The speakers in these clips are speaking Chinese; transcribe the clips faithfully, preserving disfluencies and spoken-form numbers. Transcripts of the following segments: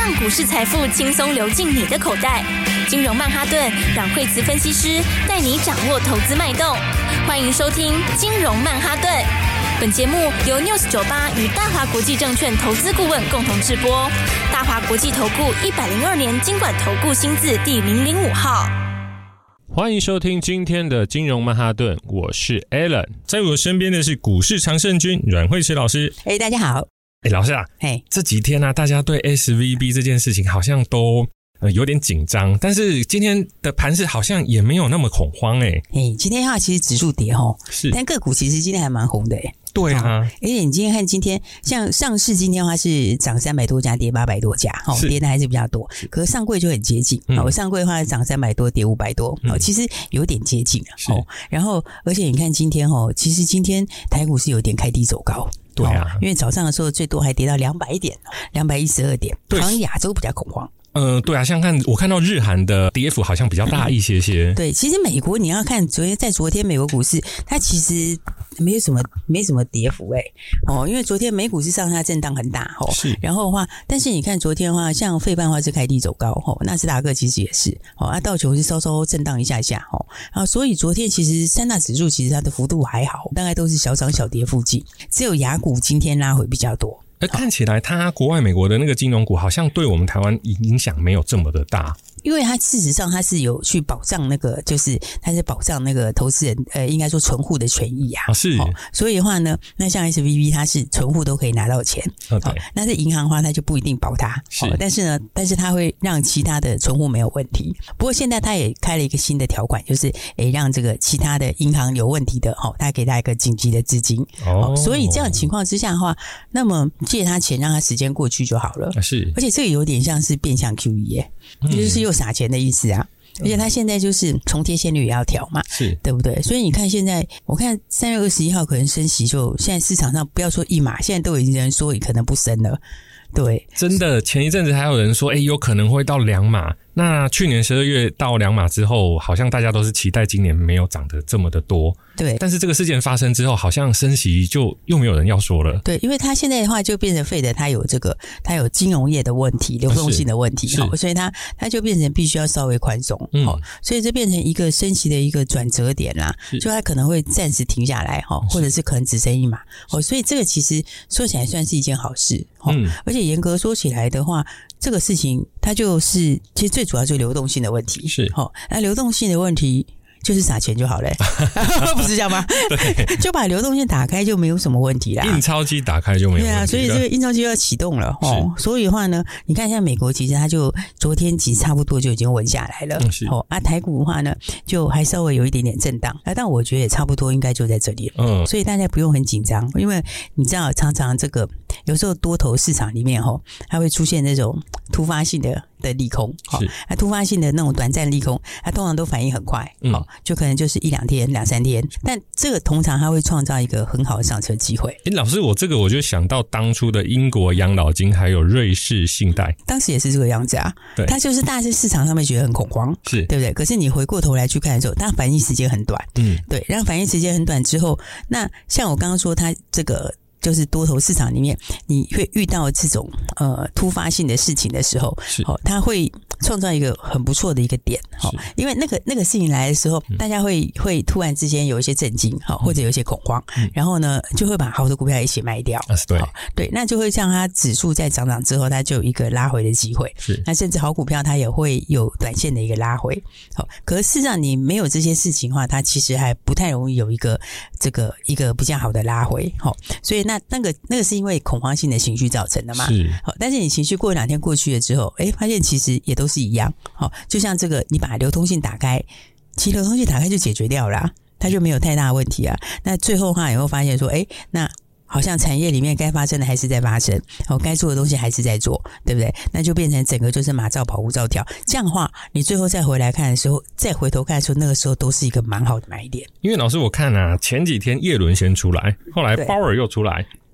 让股市财富轻松流进你的口袋。金融曼哈顿让惠慈分析师带你掌握投资脉动。欢迎收听金融曼哈顿。本节目由 News 九十八与大华国际证券投资顾问共同制播。大华国际投顾一百零二年金管投顾新字第零零五号。 欢迎收听今天的金融曼哈顿，我是 Alan， 在我身边的是股市常胜军阮慧慈老师。 哎、欸，大家好。 哎、欸，老师啊， 嘿， 这几天啊，大家对 S V B 这件事情好像都呃有点紧张，但是今天的盘势好像也没有那么恐慌哎、欸。 哎、欸，今天的话其实指数跌齁， 是， 但个股其实今天还蛮红的哎、欸。 对啊， 而且你今天看今天，像上市今天的话是涨三百多家，跌八百多家，哦，跌的还是比较多。可是上柜就很接近，嗯、哦，上柜的话涨三百多，跌五百多，嗯、哦，其实有点接近哦。然后，而且你看今天哦，其实今天台股是有点开低走高。 对啊、 哦，因为早上的时候最多还跌到两百点，两百一十二点，好像亚洲比较恐慌。 嗯、呃，对啊，像看我看到日韩的跌幅好像比较大一些些。 对，其实美国你要看昨天在昨天美国股市，它其实没有什么没什么跌幅诶、欸、哦，因为昨天美股是上下震荡很大哦， 是。然后的话，但是你看昨天的话，像费半的话是开低走高哦，纳斯达克其实也是哦，啊道琼是稍稍震荡一下下哦，啊所以昨天其实三大指数其实它的幅度还好，大概都是小涨小跌附近，只有亚股今天拉回比较多。 而看起来它国外美国的那个金融股好像对我们台湾影响没有这么的大， 因为它事实上它是有去保障那个，就是它是保障那个投资人呃，应该说存户的权益啊。 哦、是、哦。所以的话呢，那像 S V B 它是存户都可以拿到钱， 哦对。 那是银行的话，它就不一定保它。 是、 哦。但是呢，但是它会让其他的存户没有问题。不过现在它也开了一个新的条款，就是诶让这个其他的银行有问题的，哦，它给他一个紧急的资金。 哦。 所以这样的情况之下的话，那么借他钱，让他时间过去就好了。 是。 而且这个有点像是变相 Q E 耶、嗯，就是又撒钱的意思啊。而且他现在就是重贴现率也要调嘛， 是对不对？所以你看现在，我看三月二十一号可能升息就，就现在市场上不要说一码，现在都已经有人说可能不升了。对， 真的，前一阵子还有人说，哎、欸，有可能会到两码。那去年十二月到两码之后，好像大家都是期待今年没有涨得这么的多。 对， 但是这个事件发生之后，好像升息就又没有人要说了。 对，因为他现在的话就变成废的，他有这个，他有金融业的问题、流动性的问题，哦、所以他他就变成必须要稍微宽松。嗯、哦，所以这变成一个升息的一个转折点啦，就他可能会暂时停下来哈、哦，或者是可能只升一码。哦，所以这个其实说起来算是一件好事。哦、嗯，而且严格说起来的话，这个事情它就是其实最主要就是流动性的问题。 是， 好、哦，那流动性的问题就是撒钱就好了、欸，不是这样吗？ 对， 就把流动性打开就没有什么问题啦。 印钞机打开就没有问题了。对啊， 所以这个印钞机要启动了哦。所以的话呢，你看像美国其实它就昨天其实差不多就已经稳下来了。 嗯、是哦，啊台股的话呢，就还稍微有一点点震荡，啊，但我觉得也差不多应该就在这里了。嗯，所以大家不用很紧张，因为你知道常常这个有时候多头市场里面吼，它会出现那种突发性的的利空，好，啊突发性的那种短暂利空，它通常都反应很快，嗯。就可能就是一两天、两三天，但这个通常它会创造一个很好的上车机会。 诶，老师，我这个我就想到当初的英国养老金还有瑞士信贷， 当时也是这个样子啊。 对， 它就是大家市场上面觉得很恐慌， 是对不对？可是你回过头来去看的时候，它反应时间很短，嗯，对。然后反应时间很短之后，那像我刚刚说，它这个。就是多头市场里面，你会遇到这种呃突发性的事情的时候， 是， 哦，它会创造一个很不错的一个点，哦，因为那个那个事情来的时候，嗯、大家会会突然之间有一些震惊，好、哦，或者有一些恐慌，嗯、然后呢，就会把好的股票一起卖掉， 啊、对、 哦，对，那就会让它指数在涨涨之后，它就有一个拉回的机会， 是， 那甚至好股票它也会有短线的一个拉回，好、哦，可是事实上你没有这些事情的话，它其实还不太容易有一个这个一个比较好的拉回，好、哦，所以那。那那个那个是因为恐慌性的情绪造成的嘛？ 是。 好，但是你情绪过两天过去了之后，哎，发现其实也都是一样。好，就像这个，你把流通性打开，其实流通性打开就解决掉了、啊，它就没有太大的问题啊。那最后的话，你会发现说，哎，那好像产业里面该发生的还是在发生，哦，该做的东西还是在做，对不对？那就变成整个就是马照跑，舞照跳。这样的话，你最后再回来看的时候，再回头看的时候，那个时候都是一个蛮好的买点。 因为老师我看啊，前几天叶伦先出来，后来鲍尔又出来。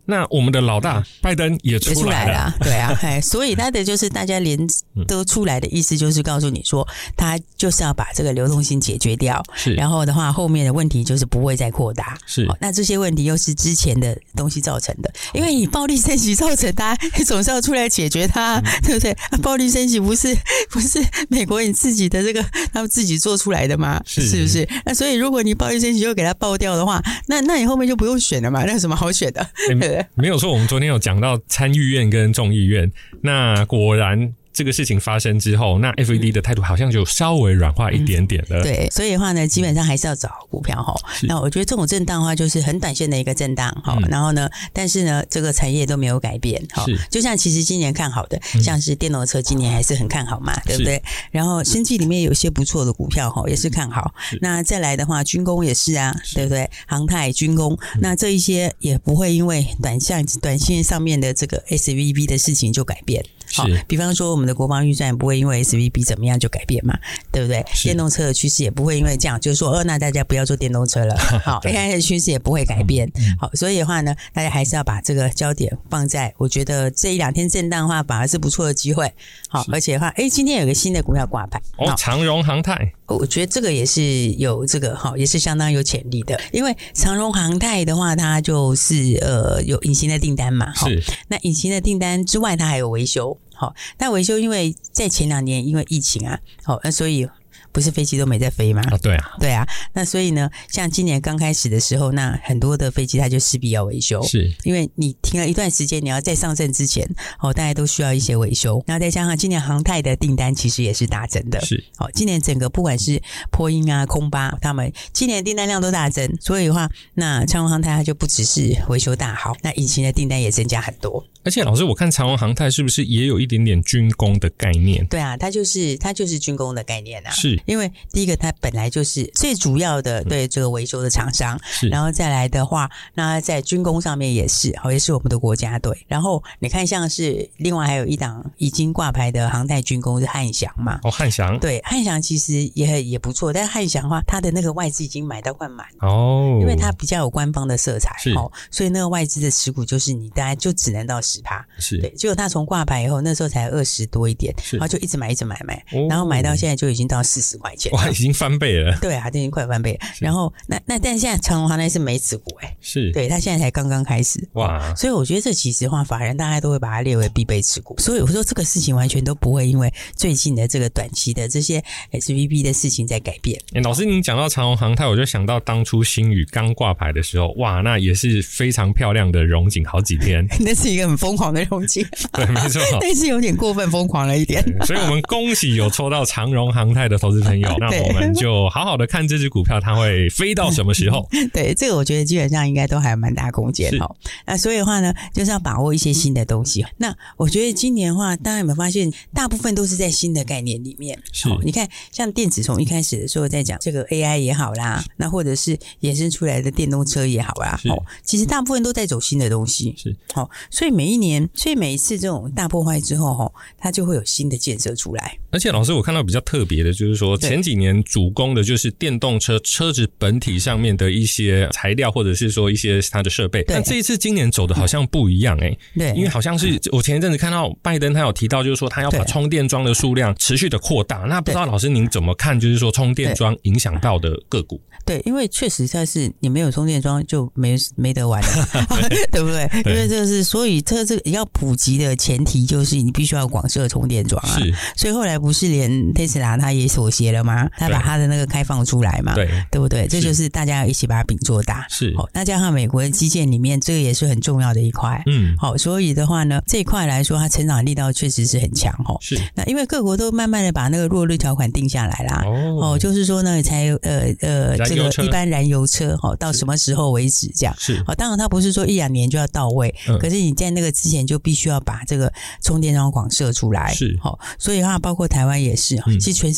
那我们的老大拜登也出来了， 也出来了对啊，哎，所以他的就是大家连都出来的意思，就是告诉你说，他就是要把这个流动性解决掉， 是， 然后的话，后面的问题就是不会再扩大， 是、 哦。那这些问题又是之前的东西造成的，因为你暴力升级造成它，你总是要出来解决它，嗯、对不对？啊、暴力升级不是不是美国你自己的这个他们自己做出来的吗？ 是, 是不是？那所以如果你暴力升级又给它爆掉的话，那那你后面就不用选了嘛？那有什么好选的？ 欸、对不对？没有错，我们昨天有讲到参议院跟众议院，那果然。这个事情发生之后，那 F E D 的态度好像就稍微软化一点点了。嗯、 对，所以的话呢，基本上还是要找股票哈。那我觉得这种震荡的话，就是很短线的一个震荡哈、嗯。然后呢，但是呢，这个产业都没有改变哈。就像其实今年看好的，嗯、像是电动车，今年还是很看好嘛，对不对？然后生技里面有些不错的股票哈，也是看好。那再来的话，军工也是啊，是对不对？航太、军工，嗯、那这一些也不会因为短线短线上面的这个 S V B 的事情就改变。好，比方说我们的国防预算不会因为 S V B 怎么样就改变嘛，对不对？电动车的趋势也不会因为这样，就是说，哦，那大家不要做电动车了。好 ，A I 的趋势也不会改变。嗯、好，所以的话呢，大家还是要把这个焦点放在，我觉得这一两天震荡的话，反而是不错的机会。好，而且的话，哎，今天有个新的股票挂牌， 哦，长荣航太。 我觉得这个也是有这个哈，也是相当有潜力的，因为长荣航太的话，它就是呃有隐形的订单嘛， 是。 那隐形的订单之外，它还有维修。好，那维修因为在前两年因为疫情啊，好，那所以不是飞机都没在飞吗？ 啊，对啊， 对啊。那所以呢，像今年刚开始的时候，那很多的飞机它就势必要维修， 是因为你停了一段时间，你要再上阵之前，哦，大家都需要一些维修。然后再加上今年航太的订单其实也是大增的， 是。 好，今年整个不管是波音啊、空巴，他们今年的订单量都大增，所以的话，那长荣航太它就不只是维修大好，那引擎的订单也增加很多。 而且老师，我看长荣航太是不是也有一点点军工的概念？ 对啊，它就是它就是军工的概念啊。 是， 因为第一个它本来就是最主要的对这个维修的厂商， 是， 然后再来的话，那在军工上面也是，好，也是我们的国家队。然后你看，像是另外还有一档已经挂牌的航太军工是汉翔嘛？ 哦，汉翔， 对，汉翔其实也也不错，但是汉翔的话，它的那个外资已经买到快满哦， 因为它比较有官方的色彩， 是， 哦，所以那个外资的持股就是你大概就只能到 百分之十， 是， 对。结果他从挂牌以后，那时候才二十多一点，然后就一直买一直买买、哦，然后买到现在就已经到四十块钱， 哇，已经翻倍了。 对啊，已经快翻倍了。然后那那但现在长荣航太是没持股哎， 是， 对，他现在才刚刚开始， 哇， 所以我觉得这其实话法人大概都会把它列为必备持股。所以我说这个事情完全都不会因为最近的这个短期的这些 S V B 的事情在改变。 欸、老师，您讲到长荣航太，我就想到当初星宇刚挂牌的时候，哇，那也是非常漂亮的荣景，好几天， 那是一个很疯狂的荣景， 对，没错。 但是有点过分疯狂了一点， 所以我们恭喜有抽到长荣航太的投资朋友，那我们就好好的看这只股票它会飞到什么时候。 对，这个我觉得基本上应该都还有蛮大空间齁。那所以的话呢，就是要把握一些新的东西。那我觉得今年的话，大家有没有发现大部分都是在新的概念里面。 是， 你看像电子从一开始的时候在讲这个 A I 也好啦，那或者是衍生出来的电动车也好啦，齁，其实大部分都在走新的东西。 是， 齁，所以每一年，所以每一次这种大破坏之后齁，它就会有新的建设出来。 而且老师，我看到比较特别的就是说，前几年主攻的就是电动车车子本体上面的一些材料，或者是说一些它的设备。但这一次今年走的好像不一样哎、欸，对，因为好像是我前一阵子看到拜登他有提到，就是说他要把充电桩的数量持续的扩大。那不知道老师您怎么看？就是说充电桩影响到的个股？对， 因为确实它是你没有充电桩就没没得玩了，对, 对不对？因为这是所以这这个要普及的前提就是你必须要广设充电桩啊。是，所以后来不是连特斯拉他也妥协了吗？他把他的那个开放出来嘛，对，对不对？这就是大家要一起把它饼做大。是，好，那加上美国的基建里面，这个也是很重要的一块。嗯，好，所以的话呢，这一块来说，它成长力道确实是很强哈。是，那因为各国都慢慢的把那个弱日条款定下来啦。哦，哦就是说呢，才呃呃这个一般燃油车哈到什么时候为止这样。是，好，当然它不是说一两年就要到位，嗯、可是你在那个之前就必须要把这个充电桩广设出来。是，好，所以的话包括台湾也是，嗯、其实全世界都是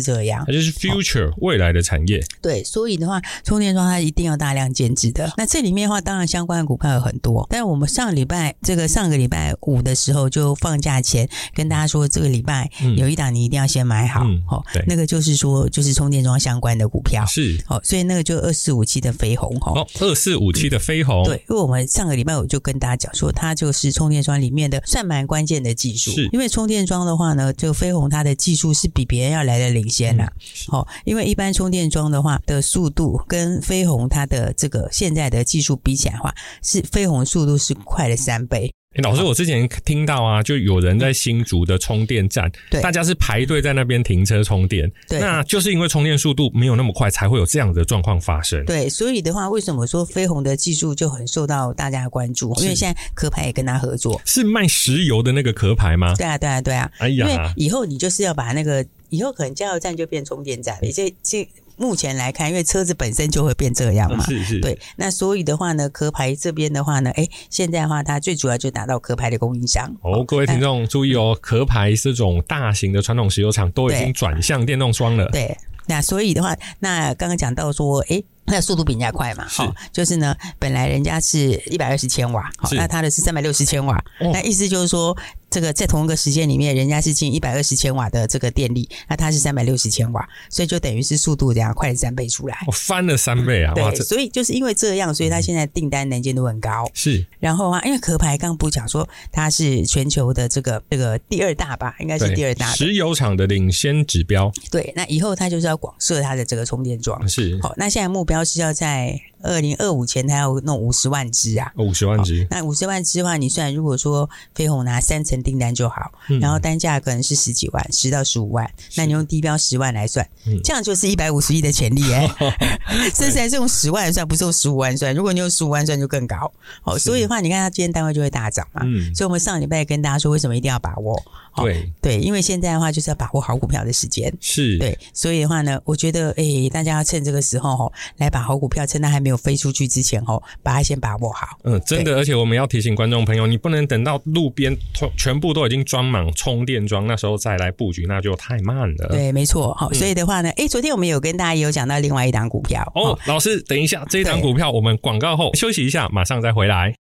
就是这样， 它就是 future、哦、未来的产业。 对，所以的话充电桩它一定要大量建制的。那这里面的话当然相关的股票有很多，但是我们上个礼拜这个上个礼拜五的时候就放假前跟大家说，这个礼拜有一档你一定要先买好、嗯哦、那个就是说就是充电桩相关的股票是、 哦、所以那个就二四五七的飞鸿哦，二四五七的飞鸿、嗯、 对，因为我们上个礼拜我就跟大家讲说它就是充电桩里面的算蛮关键的技术，是因为充电桩的话呢，这个飞鸿它的技术是比别人要来的领先啦、啊嗯哦、因为一般充电桩的话的速度跟飞鸿它的这个现在的技术比起来的话，是飞鸿速度是快了三倍。 欸、老师，我之前听到啊，就有人在新竹的充电站，大家是排队在那边停车充电，那就是因为充电速度没有那么快，才会有这样的状况发生。 对，所以的话，为什么说飞鸿的技术就很受到大家的关注？因为现在壳牌也跟他合作， 是卖石油的那个壳牌吗？ 对啊，对啊，对啊。 哎呀， 因为以后你就是要把那个，以后可能加油站就变充电站了，这这。目前来看，因为车子本身就会变这样嘛， 是是， 对。那所以的话呢，壳牌这边的话呢，哎，现在的话，它最主要就达到壳牌的供应商。 哦，各位听众注意哦，壳牌这种大型的传统石油厂都已经转向电动桩了。 对，那所以的话，那刚刚讲到说，哎。那速度比人家快嘛，是、哦、就是呢，本来人家是一百二十千瓦，好，那它的是三百六十千瓦、哦，那意思就是说，这个在同一个时间里面，人家是进一百二十千瓦的这个电力，那它是三百六十千瓦，所以就等于是速度这样快了三倍出来， 我、哦、翻了三倍啊！ 对， 哇， 所以就是因为这样，所以它现在订单能见度很高。 是， 然后啊，因为壳牌刚不讲说它是全球的这个这个第二大吧，应该是第二大的石油厂的领先指标。 对，那以后它就是要广设它的这个充电桩， 是好， 那现在目标是要在二零二五前，它要弄五十万只啊！ 五十万只， 那五十万只的话，你算如果说飞鸿拿三成订单就好、嗯，然后单价可能是十几万，十到十五万，那你用低标十万来算，嗯、这样就是一百五十亿的潜力哎、欸，甚至还是用十万算，不是用十五万算。如果你用十五万算就更高。哦，所以的话，你看它今天单位就会大涨嘛。嗯，所以我们上礼拜跟大家说，为什么一定要把握？哦、 对对，因为现在的话就是要把握好股票的时间。 是， 对，所以的话呢，我觉得诶，大家要趁这个时候吼，来把好股票趁它还没有飞出去之前吼，把它先把握好。 嗯，真的，而且我们要提醒观众朋友，你不能等到路边全部都已经装满充电桩，那时候再来布局，那就太慢了。 对，没错。好、嗯，所以的话呢，诶，昨天我们有跟大家也有讲到另外一档股票。 哦，老师，等一下，这一档股票我们广告后休息一下，马上再回来。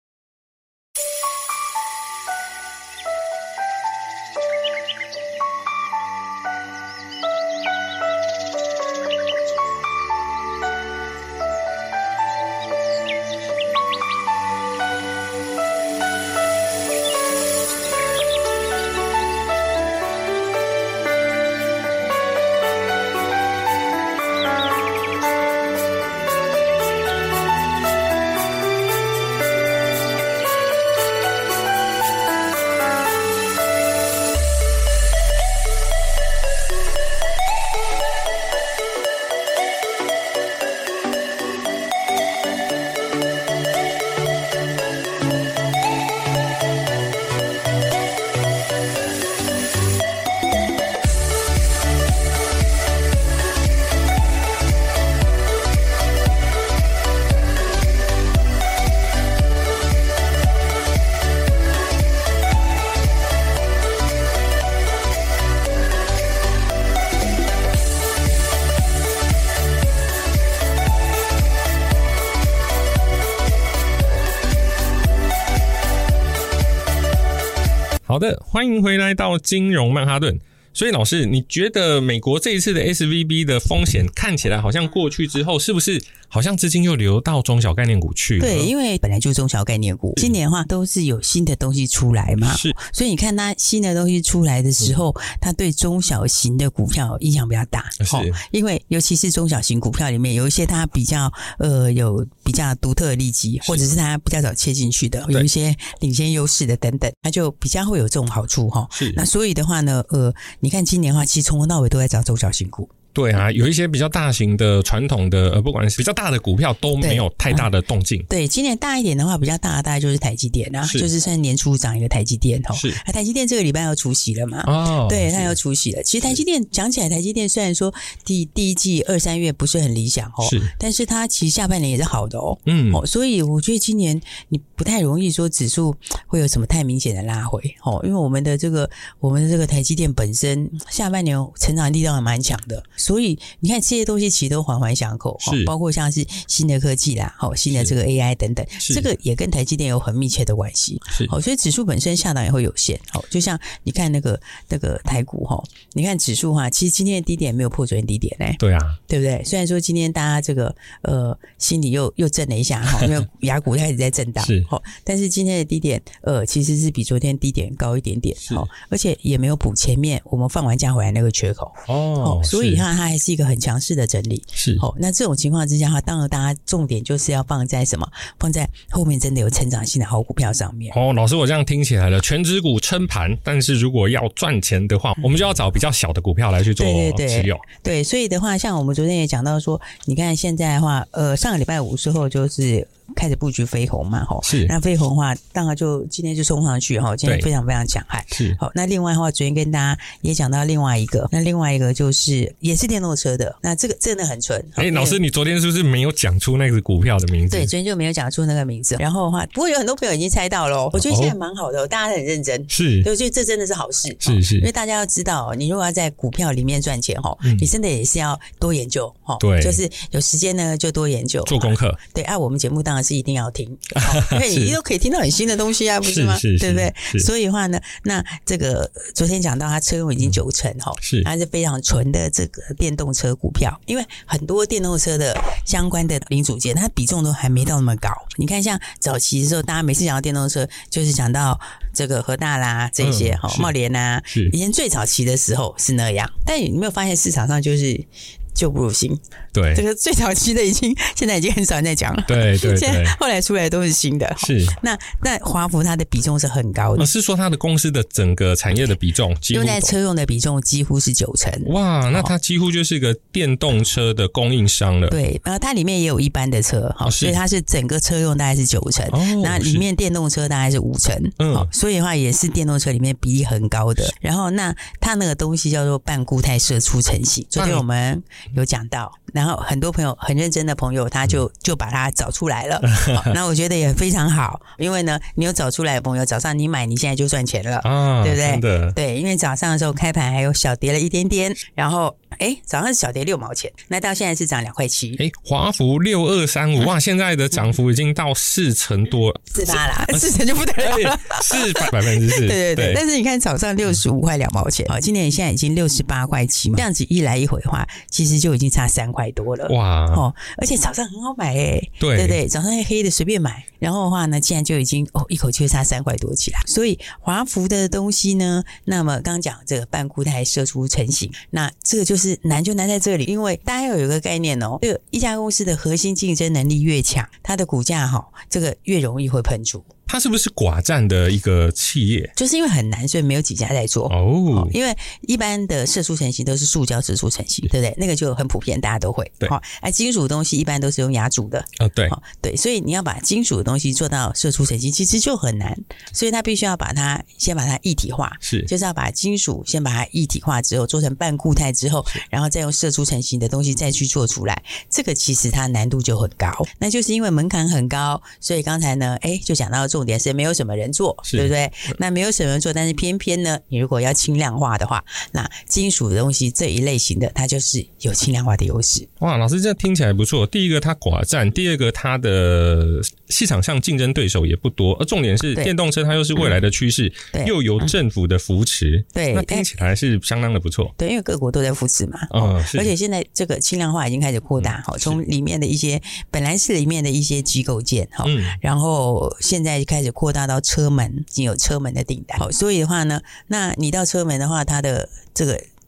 好的，欢迎回来到金融曼哈顿。所以老师，你觉得美国这一次的 S V B 的风险看起来好像过去之后，是不是好像资金又流到中小概念股去了？ 对，因为本来就是中小概念股，今年的话都是有新的东西出来嘛，是，所以你看它新的东西出来的时候，嗯、它对中小型的股票影响比较大，是、哦，因为尤其是中小型股票里面有一些它比较呃有比较独特的利基，或者是它比较早切进去的，有一些领先优势的等等，它就比较会有这种好处哈。是，那所以的话呢，呃。你看今年的话，其实从头到尾都在找中小型股。 对啊，有一些比较大型的传统的呃，不管是比较大的股票都没有太大的动静。 对，今年大一点的话，比较大的大概就是台积电啊，是就是算年初涨一个台积电哦。 是， 啊，台积电这个礼拜要除息了嘛？ 哦， 对，它要除息了。其实台积电讲起来，台积电虽然说第第一季二三月不是很理想哦，是，但是它其实下半年也是好的哦。嗯，哦，所以我觉得今年你不太容易说指数会有什么太明显的拉回哦，因为我们的这个我们的这个台积电本身下半年成长力道还蛮强的，所以你看这些东西其实都环环相扣，哦，包括像是新的科技啦，哦，新的这个 A I 等等，这个也跟台积电有很密切的关系。是，哦，所以指数本身下档也会有限。哦，就像你看那个那个台股哈，你看指数哈，其实今天的低点没有破昨天低点嘞。 对啊， 对不对？虽然说今天大家这个呃心里又又震了一下哈，因为雅股开始在震荡，是，哦，但是今天的低点呃其实是比昨天低点高一点点，哦，而且也没有补前面我们放完假回来那个缺口哦，哦，所以它它还是一个很强势的整理。是，哦，那这种情况之下，它当然大家重点就是要放在什么？放在后面真的有成长性的好股票上面。 哦，老师，我这样听起来了，全指股撑盘，但是如果要赚钱的话，嗯，我们就要找比较小的股票来去做持有。对对对， 对，所以的话，像我们昨天也讲到说，你看现在的话，呃，上个礼拜五之后就是开始布局飞鸿嘛，吼，是，那飞鸿的话，当然就今天就冲上去哈，今天非常非常强悍。是，好，那另外的话，昨天跟大家也讲到另外一个，那另外一个就是也是电动车的，那这个真的很纯。 哎，欸，老师，你昨天是不是没有讲出那个股票的名字？ 对，昨天就没有讲出那个名字。然后的话，不过有很多朋友已经猜到了，我觉得现在蛮好的，哦，大家很认真，是，我觉得这真的是好事，是是，因为大家要知道，你如果要在股票里面赚钱哈，嗯，你真的也是要多研究哈，对，就是有时间呢就多研究， 做功课。 对，啊，我们节目当然是一定要听。因为你都可以听到很新的东西啊，不是吗？是是是，对不对？所以的话呢，那这个昨天讲到它车用已经九成哈，是，它是非常纯的这个电动车股票，因为很多电动车的相关的零组件，它比重都还没到那么高。你看，像早期的时候，大家每次讲到电动车，就是讲到这个和大啦这些哈，嗯，茂联啊，以前最早期的时候是那样，但你没有发现市场上就是旧不如新，对，这个最早期的已经现在已经很少人在讲了，对对对，现在后来出来都是新的，是。那那华孚它的比重是很高的， 哦，是说它的公司的整个产业的比重几乎用在车用的比重几乎是九成， 哇，那它几乎就是一个电动车的供应商了。 对，然后它里面也有一般的车，哦，所以它是整个车用大概是九成，哦，那里面电动车大概是五成，嗯，哦，所以的话也是电动车里面比例很高的。然后那它那个东西叫做半固态射出成型，昨天我们有讲到，然后很多朋友很认真的朋友，他就就把它找出来了。那我觉得也非常好，因为呢，你有找出来的朋友，早上你买，你现在就赚钱了，啊，对不对？真的，对，因为早上的时候开盘还有小跌了一点点，然后哎，早上是小跌六毛钱，那到现在是涨两块七。 哎，华孚六二三五，哇，现在的涨幅已经到四成多， 四八啦，四成就不得了了， 四百分之四。 对对 对, 对，但是你看早上六十五块两毛钱，好，今年现在已经六十八块七嘛，这样子一来一回的话，其实就已经差三块多了，哇！哦，而且早上很好买诶，对对对，早上黑黑的随便买，然后的话呢，现在就已经哦一口气就差三块多起来，所以华孚的东西呢，那么刚刚讲这个半固态射出成型，那这个就是难就难在这里，因为大家要有一个概念哦，这个一家公司的核心竞争能力越强，它的股价哈，哦，这个越容易会喷出。 它是不是寡占的一个企业？ 就是因为很难，所以没有几家在做哦。因为一般的射出成型都是塑胶射出成型，对不对？那个就很普遍，大家都会。对，好，而金属的东西一般都是用压铸的。 啊，对， 对，所以你要把金属的东西做到射出成型，其实就很难。所以它必须要把它先把它一体化，是，就是要把金属先把它一体化之后，做成半固态之后，然后再用射出成型的东西再去做出来。这个其实它难度就很高，那就是因为门槛很高，所以刚才呢，哎，就讲到重点是没有什么人做，对不对？那没有什么人做，但是偏偏呢，你如果要轻量化的话，那金属的东西这一类型的，它就是有轻量化的优势。 哇，老师这听起来不错。第一个它寡占，第二个它的市场上竞争对手也不多，而重点是电动车它又是未来的趋势，嗯，又有政府的扶持，对，那听起来是相当的不错。 对，因为各国都在扶持嘛，嗯，而且现在这个轻量化已经开始扩大，好，从里面的一些本来是里面的一些机构件，好，嗯，然后现在开始扩大到车门，已经有车门的订单，好，所以的话呢，那你到车门的话，它的这个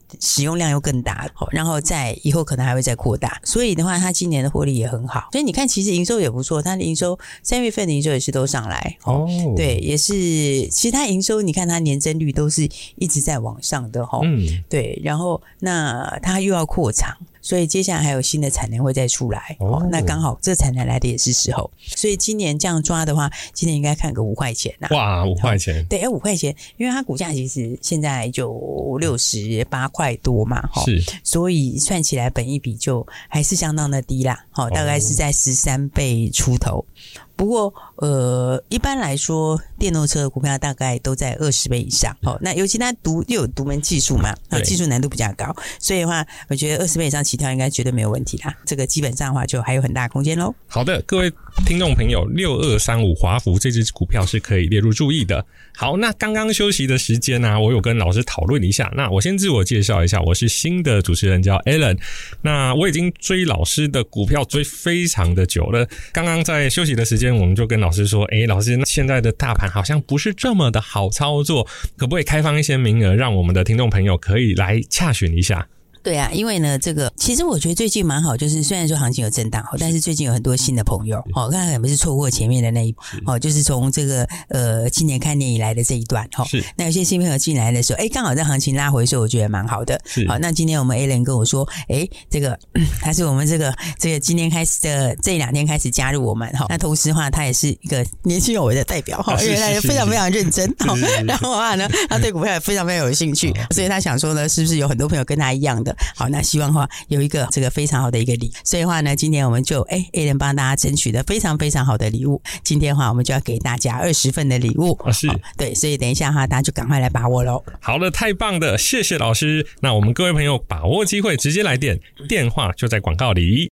使用量又更大，然后在以后可能还会再扩大，所以的话它今年的获利也很好，所以你看其实营收也不错，它的营收三月份的营收也是都上来哦，对，也是其实它营收你看它年增率都是一直在往上的齁、嗯、对，然后那它又要扩厂，所以接下来还有新的产能会再出来、哦哦、那刚好这产能来的也是时候，所以今年这样抓的话，今年应该看个五块钱啊， 哇，五块钱， 对，五块钱，因为它股价其实现在就六十八块多嘛， 是， 所以算起来本益比就还是相当的低啦，好，大概是在十三倍出头。不过呃，一般来说电动车的股票大概都在二十倍以上，好，那尤其它独又有独门技术嘛，技术难度比较高，所以的话我觉得二十倍以上起跳应该绝对没有问题啦，这个基本上的话就还有很大空间咯。 好的，各位听众朋友，六二三五华孚这支股票是可以列入注意的。好，那刚刚休息的时间啊，我有跟老师讨论一下，那我先自我介绍一下，我是新的主持人叫 Alan， 那我已经追老师的股票追非常的久了，刚刚在休息的时间我们就跟老师说，诶，老师现在的大盘好像不是这么的好操作，可不可以开放一些名额让我们的听众朋友可以来洽询一下？ 对啊，因为呢，这个其实我觉得最近蛮好，就是虽然说行情有震荡，但是最近有很多新的朋友，哦，刚才可能是错过前面的那一，哦，就是从这个呃今年开年以来的这一段，哈、哦，那有些新朋友进来的时候，哎，刚好在行情拉回的时候，我觉得蛮好的。好，那今天我们 Alan 跟我说，哎，这个他是我们这个这个今天开始的这两天开始加入我们，哈、哦，那同时的话，他也是一个年轻有为的代表，哈、哦，因为他非常非常认真，好、哦，然后的话呢，他对股票也非常非常有兴趣，所以他想说呢，是不是有很多朋友跟他一样的？好，那希望的话有一个这个非常好的一个礼，所以的话呢，今天我们就哎 Alan 帮大家争取的非常非常好的礼物。今天的话，我们就要给大家二十份的礼物， 啊、是对，所以等一下哈，大家就赶快来把握喽。 好的，太棒的，谢谢老师。那我们各位朋友把握机会，直接来电，电话就在广告里。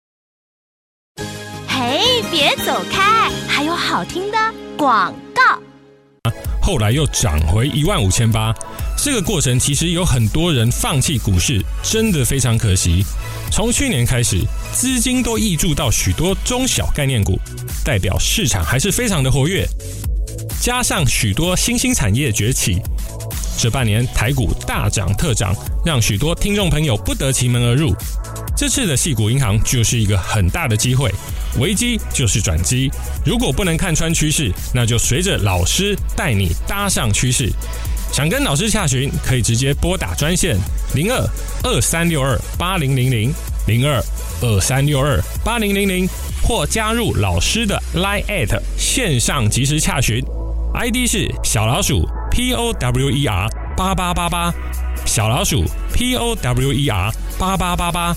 嘿，别走开，还有好听的广告。 后来又涨回一万五千八，这个过程其实有很多人放弃股市，真的非常可惜。从去年开始，资金都挹注到许多中小概念股，代表市场还是非常的活跃。加上许多新兴产业崛起，这半年台股大涨特涨，让许多听众朋友不得其门而入。这次的矽谷银行就是一个很大的机会，危机就是转机。如果不能看穿趋势，那就随着老师带你搭上趋势。想跟老师洽询，可以直接拨打专线零二二三六二八零零零 零二二三六二八零零零，或加入老师的 Line at 线上即时洽询 ，I D 是小老鼠 P O W E R 八八八八，小老鼠 P O W E R 八八八八。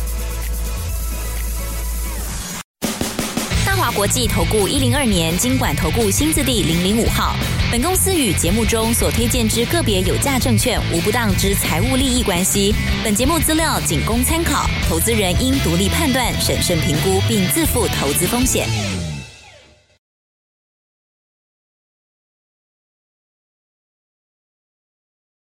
大华国际投顾一零二年金管投顾新字第零零五号。本公司与节目中所推荐之个别有价证券无不当之财务利益关系。本节目资料仅供参考，投资人应独立判断、审慎评估，并自负投资风险。